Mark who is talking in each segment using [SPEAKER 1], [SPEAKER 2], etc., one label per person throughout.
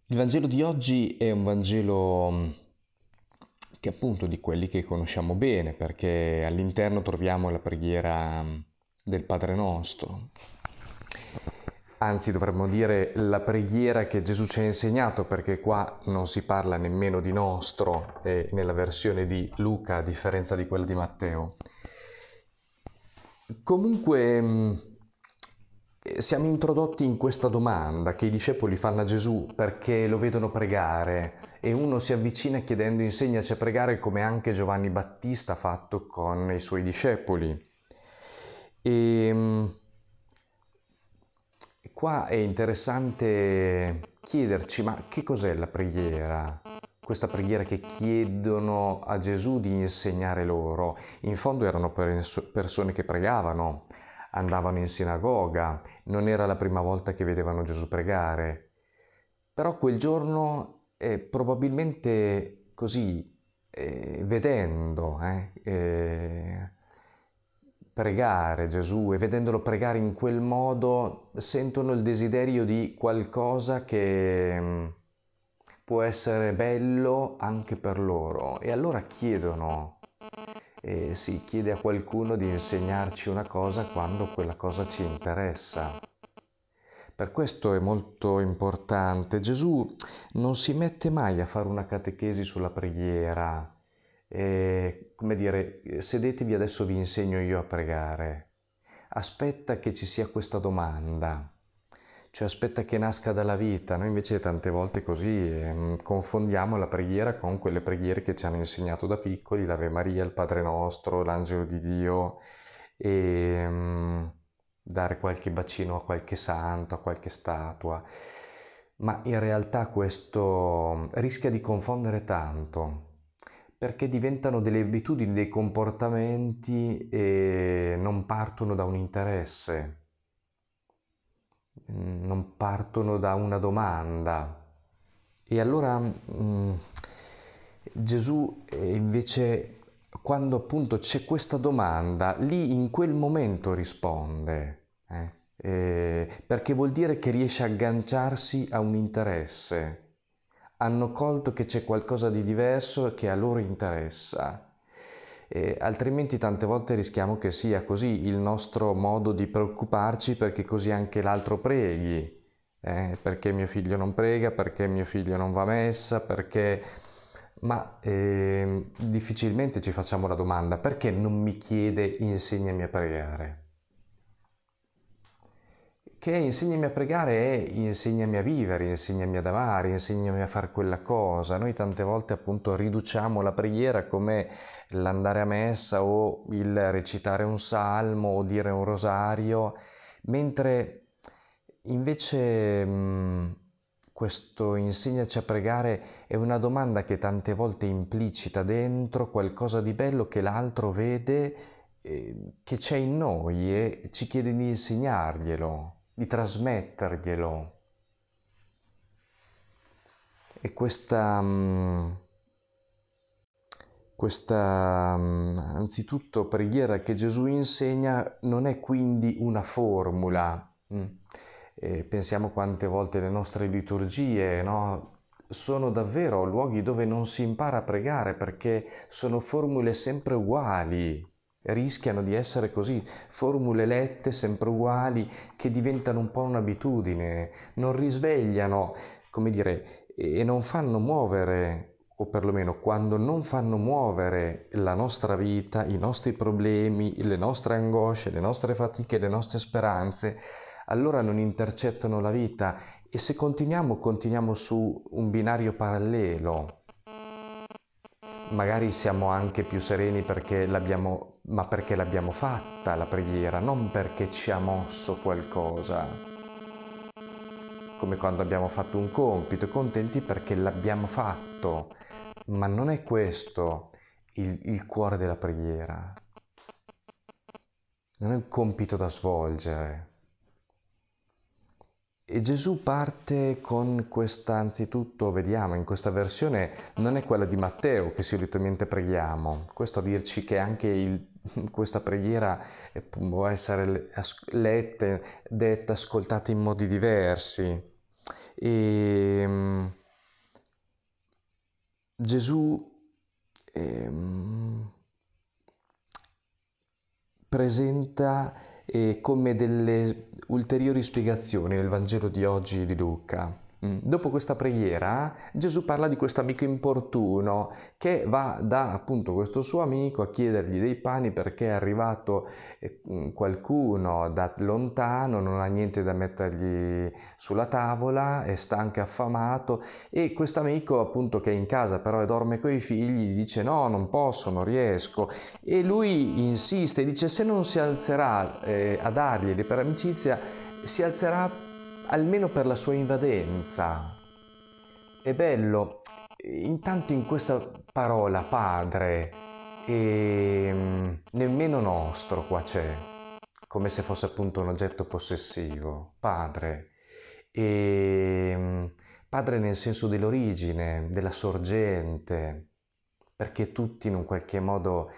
[SPEAKER 1] Il Vangelo di oggi è un Vangelo che è appunto di quelli che conosciamo bene, perché all'interno troviamo la preghiera del Padre Nostro. Anzi, dovremmo dire la preghiera che Gesù ci ha insegnato, perché qua non si parla nemmeno di nostro, nella versione di Luca, a differenza di quella di Matteo. Comunque, siamo introdotti in questa domanda che i discepoli fanno a Gesù perché lo vedono pregare e uno si avvicina chiedendo insegnaci a pregare come anche Giovanni Battista ha fatto con i suoi discepoli. E qua è interessante chiederci, ma che cos'è la preghiera? Questa preghiera che chiedono a Gesù di insegnare loro. In fondo erano persone che pregavano, andavano in sinagoga, non era la prima volta che vedevano Gesù pregare. Però quel giorno, probabilmente così, vedendo, pregare Gesù e vedendolo pregare in quel modo sentono il desiderio di qualcosa che può essere bello anche per loro e allora chiedono, si chiede a qualcuno di insegnarci una cosa quando quella cosa ci interessa. Per questo è molto importante. Gesù non si mette mai a fare una catechesi sulla preghiera. Come dire, sedetevi adesso vi insegno io a pregare. Aspetta che ci sia questa domanda, cioè aspetta che nasca dalla vita. Noi invece tante volte così confondiamo la preghiera con quelle preghiere che ci hanno insegnato da piccoli, l'Ave Maria, il Padre Nostro, l'Angelo di Dio e dare qualche bacino a qualche santo, a qualche statua. Ma in realtà questo rischia di confondere tanto, perché diventano delle abitudini, dei comportamenti e non partono da un interesse, non partono da una domanda. E allora Gesù invece, quando appunto c'è questa domanda, lì in quel momento risponde, perché vuol dire che riesce a agganciarsi a un interesse. Hanno colto che c'è qualcosa di diverso che a loro interessa. Altrimenti tante volte rischiamo che sia così il nostro modo di preoccuparci perché così anche l'altro preghi. Perché mio figlio non prega, perché mio figlio non va a messa, perché... Ma difficilmente ci facciamo la domanda, perché non mi chiede insegnami a pregare? Che insegnami a pregare è insegnami a vivere, insegnami ad amare, insegnami a fare quella cosa. Noi tante volte appunto riduciamo la preghiera come l'andare a messa o il recitare un salmo o dire un rosario, mentre invece questo insegnaci a pregare è una domanda che tante volte è implicita dentro qualcosa di bello che l'altro vede, che c'è in noi e ci chiede di insegnarglielo, di trasmetterglielo. E questa anzitutto preghiera che Gesù insegna non è quindi una formula. Pensiamo quante volte le nostre liturgie, no? Sono davvero luoghi dove non si impara a pregare perché sono formule sempre uguali, rischiano di essere così, formule lette sempre uguali che diventano un po' un'abitudine, non risvegliano, come dire, e non fanno muovere, o perlomeno quando non fanno muovere la nostra vita, i nostri problemi, le nostre angosce, le nostre fatiche, le nostre speranze, allora non intercettano la vita e se continuiamo su un binario parallelo. Magari siamo anche più sereni ma perché l'abbiamo fatta la preghiera, non perché ci ha mosso qualcosa. Come quando abbiamo fatto un compito, contenti perché l'abbiamo fatto. Ma non è questo il cuore della preghiera. Non è un compito da svolgere. E Gesù parte con questa, anzitutto, vediamo, in questa versione non è quella di Matteo che solitamente preghiamo. Questo a dirci che anche questa preghiera può essere letta, detta, ascoltata in modi diversi. E Gesù ehm, presenta come delle ulteriori spiegazioni nel Vangelo di oggi di Luca. Dopo questa preghiera, Gesù parla di questo amico importuno che va da appunto questo suo amico a chiedergli dei pani perché è arrivato qualcuno da lontano, non ha niente da mettergli sulla tavola, è stanco e affamato, e questo amico appunto che è in casa però dorme coi figli gli dice no, non posso, non riesco, e lui insiste, dice se non si alzerà a darglieli per amicizia, si alzerà almeno per la sua invadenza. È bello, intanto in questa parola padre, nemmeno nostro qua c'è, come se fosse appunto un oggetto possessivo, padre. E, padre nel senso dell'origine, della sorgente, perché tutti in un qualche modo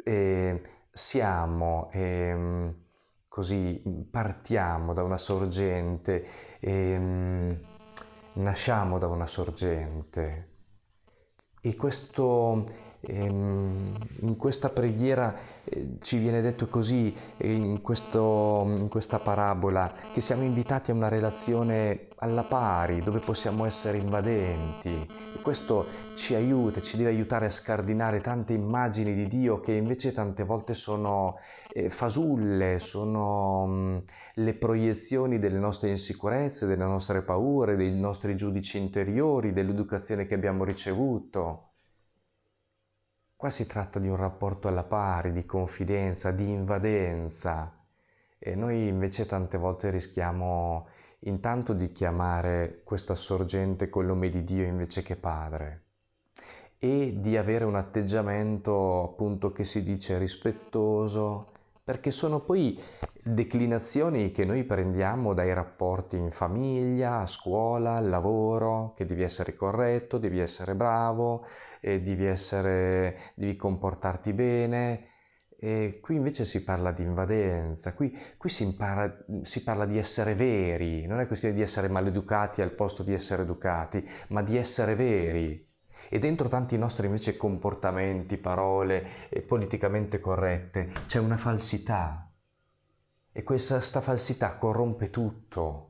[SPEAKER 1] siamo, così partiamo da una sorgente, nasciamo da una sorgente. E questo, in questa preghiera ci viene detto così, in questa parabola, che siamo invitati a una relazione alla pari, dove possiamo essere invadenti. E questo ci aiuta, ci deve aiutare a scardinare tante immagini di Dio che invece tante volte sono fasulle, sono le proiezioni delle nostre insicurezze, delle nostre paure, dei nostri giudici interiori, dell'educazione che abbiamo ricevuto. Qua si tratta di un rapporto alla pari, di confidenza, di invadenza, e noi invece tante volte rischiamo intanto di chiamare questa sorgente col nome di Dio invece che Padre, e di avere un atteggiamento appunto che si dice rispettoso, perché sono poi declinazioni che noi prendiamo dai rapporti in famiglia, a scuola, al lavoro, che devi essere corretto, devi essere bravo, devi comportarti bene. E qui invece si parla di invadenza, qui si parla di essere veri, non è questione di essere maleducati al posto di essere educati, ma di essere veri. E dentro tanti nostri invece comportamenti, parole politicamente corrette c'è una falsità, e questa sta falsità corrompe tutto,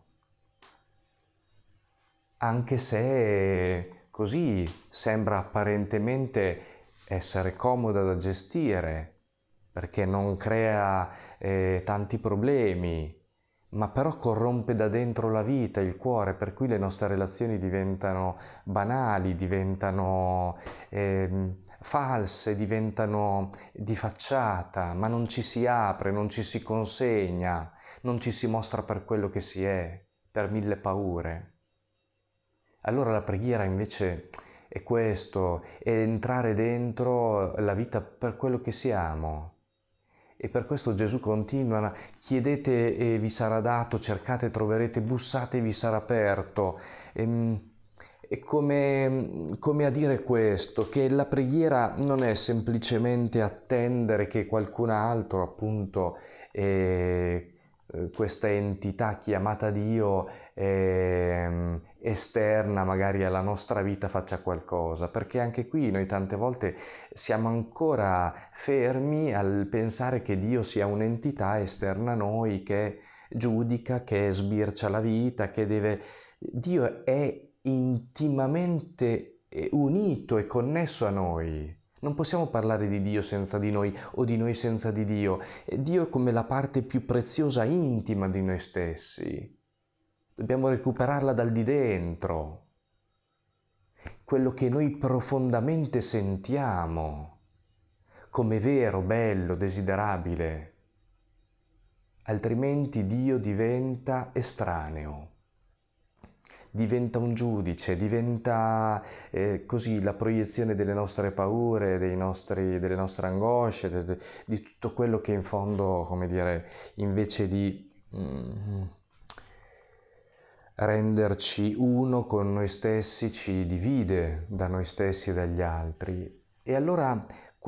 [SPEAKER 1] anche se così sembra apparentemente essere comoda da gestire, perché non crea tanti problemi, ma però corrompe da dentro la vita, il cuore, per cui le nostre relazioni diventano banali, diventano false, diventano di facciata, ma non ci si apre, non ci si consegna, non ci si mostra per quello che si è, per mille paure. Allora la preghiera invece è questo, è entrare dentro la vita per quello che siamo. E per questo Gesù continua, chiedete e vi sarà dato, cercate e troverete, bussate e vi sarà aperto. È come a dire questo, che la preghiera non è semplicemente attendere che qualcun altro, appunto, questa entità chiamata Dio, esterna magari alla nostra vita, faccia qualcosa, perché anche qui noi tante volte siamo ancora fermi al pensare che Dio sia un'entità esterna a noi, che giudica, che sbircia la vita, che deve... Dio è intimamente unito e connesso a noi. Non possiamo parlare di Dio senza di noi o di noi senza di Dio. Dio è come la parte più preziosa, intima di noi stessi. Dobbiamo recuperarla dal di dentro, quello che noi profondamente sentiamo come vero, bello, desiderabile. Altrimenti Dio diventa estraneo, diventa un giudice, diventa così la proiezione delle nostre paure, delle nostre angosce, di tutto quello che in fondo, come dire, invece di renderci uno con noi stessi, ci divide da noi stessi e dagli altri. E allora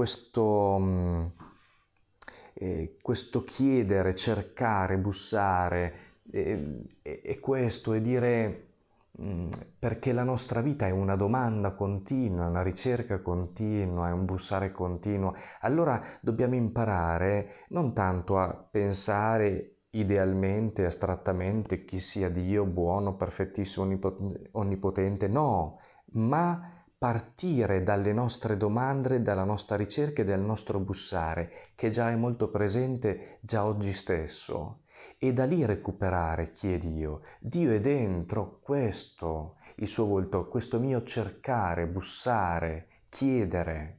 [SPEAKER 1] questo chiedere, cercare, bussare, è questo, è dire perché la nostra vita è una domanda continua, una ricerca continua, è un bussare continuo. Allora dobbiamo imparare non tanto a pensare idealmente, astrattamente, chi sia Dio, buono, perfettissimo, onnipotente, no, ma partire dalle nostre domande, dalla nostra ricerca e dal nostro bussare, che già è molto presente già oggi stesso, e da lì recuperare chi è Dio. Dio è dentro questo, il suo volto, questo mio cercare, bussare, chiedere.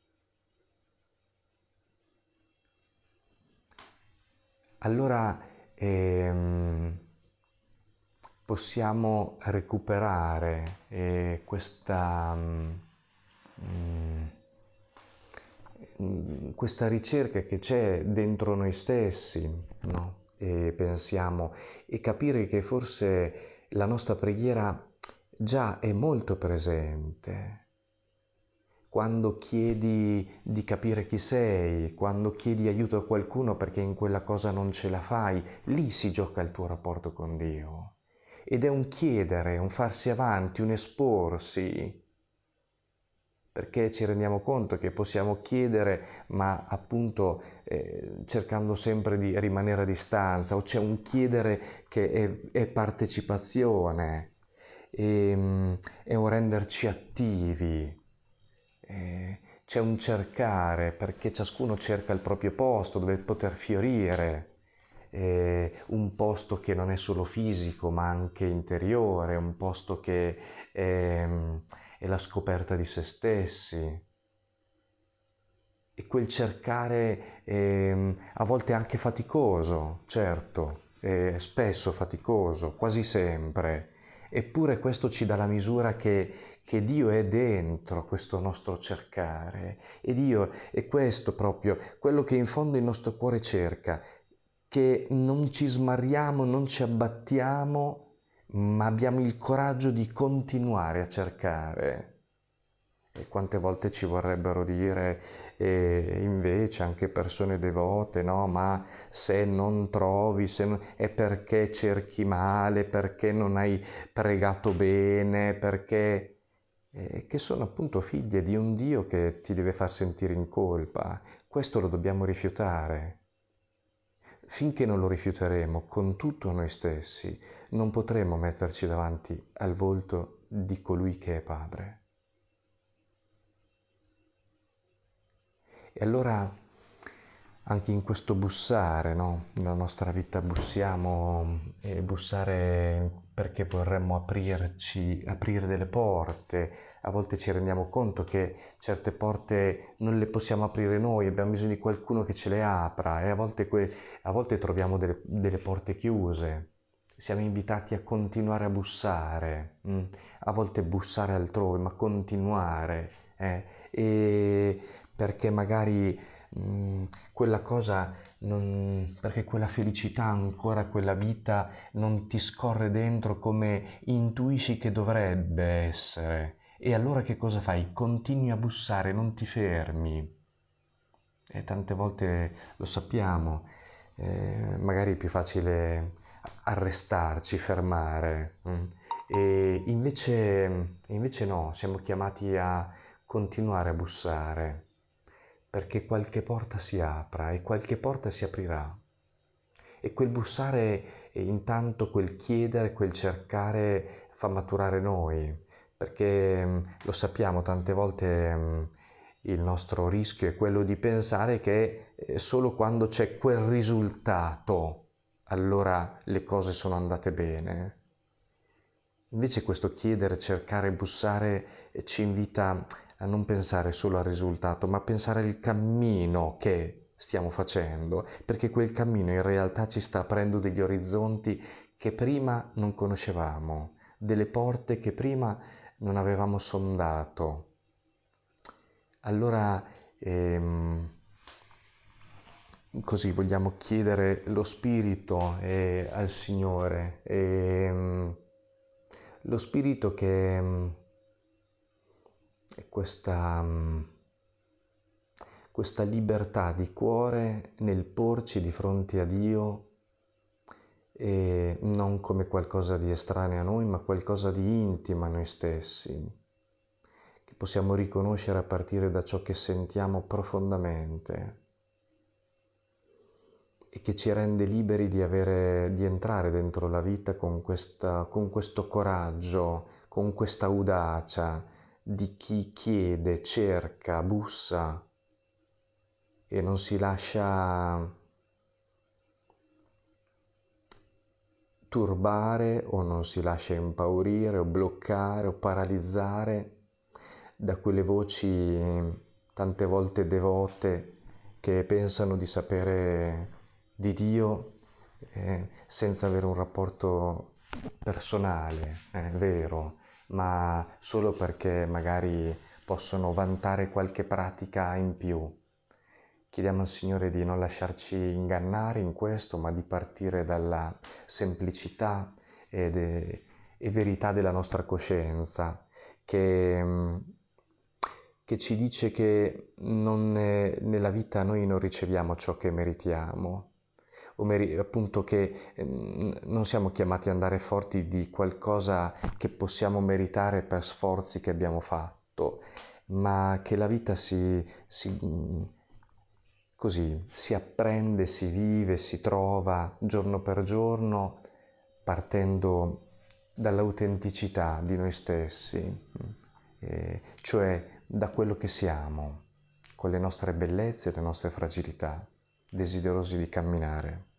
[SPEAKER 1] Allora possiamo recuperare questa ricerca che c'è dentro noi stessi, no? E pensiamo, e capire che forse la nostra preghiera già è molto presente. Quando chiedi di capire chi sei, quando chiedi aiuto a qualcuno perché in quella cosa non ce la fai, lì si gioca il tuo rapporto con Dio. Ed è un chiedere, un farsi avanti, un esporsi, perché ci rendiamo conto che possiamo chiedere, ma appunto cercando sempre di rimanere a distanza, o c'è un chiedere che è partecipazione, è un renderci attivi. C'è un cercare, perché ciascuno cerca il proprio posto dove poter fiorire, un posto che non è solo fisico ma anche interiore, un posto che è la scoperta di se stessi. E quel cercare a volte anche faticoso, certo, spesso faticoso, quasi sempre, eppure questo ci dà la misura che Dio è dentro questo nostro cercare, e Dio è questo proprio, quello che in fondo il nostro cuore cerca, che non ci smarriamo, non ci abbattiamo, ma abbiamo il coraggio di continuare a cercare. E quante volte ci vorrebbero dire, invece anche persone devote, no? Ma se non trovi, è perché cerchi male, perché non hai pregato bene, perché che sono appunto figlie di un Dio che ti deve far sentire in colpa. Questo lo dobbiamo rifiutare. Finché non lo rifiuteremo con tutto noi stessi, non potremo metterci davanti al volto di colui che è Padre. E allora anche in questo bussare, no? Nella nostra vita bussiamo, e bussare perché vorremmo aprirci, aprire delle porte. A volte ci rendiamo conto che certe porte non le possiamo aprire noi, abbiamo bisogno di qualcuno che ce le apra, e a volte troviamo delle porte chiuse. Siamo invitati a continuare a bussare, a volte bussare altrove, ma continuare. E perché magari quella cosa, perché quella felicità ancora, quella vita non ti scorre dentro come intuisci che dovrebbe essere. E allora che cosa fai? Continui a bussare, non ti fermi. E tante volte lo sappiamo, magari è più facile arrestarci, fermare. E invece no, siamo chiamati a continuare a bussare, perché qualche porta si apra e qualche porta si aprirà. E quel bussare, e intanto quel chiedere, quel cercare fa maturare noi, perché lo sappiamo tante volte, il nostro rischio è quello di pensare che solo quando c'è quel risultato allora le cose sono andate bene. Invece questo chiedere, cercare, bussare ci invita a non pensare solo al risultato, ma a pensare al cammino che stiamo facendo, perché quel cammino in realtà ci sta aprendo degli orizzonti che prima non conoscevamo, delle porte che prima non avevamo sondato. Allora, così vogliamo chiedere lo Spirito al Signore, lo Spirito che è questa libertà di cuore nel porci di fronte a Dio e non come qualcosa di estraneo a noi, ma qualcosa di intimo a noi stessi, che possiamo riconoscere a partire da ciò che sentiamo profondamente e che ci rende liberi di entrare dentro la vita con questo coraggio, con questa audacia di chi chiede, cerca, bussa e non si lascia turbare o non si lascia impaurire o bloccare o paralizzare da quelle voci tante volte devote che pensano di sapere di Dio senza avere un rapporto personale, vero, ma solo perché magari possono vantare qualche pratica in più. Chiediamo al Signore di non lasciarci ingannare in questo, ma di partire dalla semplicità e verità della nostra coscienza, che, che ci dice che nella vita noi non riceviamo ciò che meritiamo, appunto che non siamo chiamati ad andare forti di qualcosa che possiamo meritare per sforzi che abbiamo fatto, ma che la vita così si apprende, si vive, si trova giorno per giorno partendo dall'autenticità di noi stessi, cioè da quello che siamo, con le nostre bellezze e le nostre fragilità, desiderosi di camminare.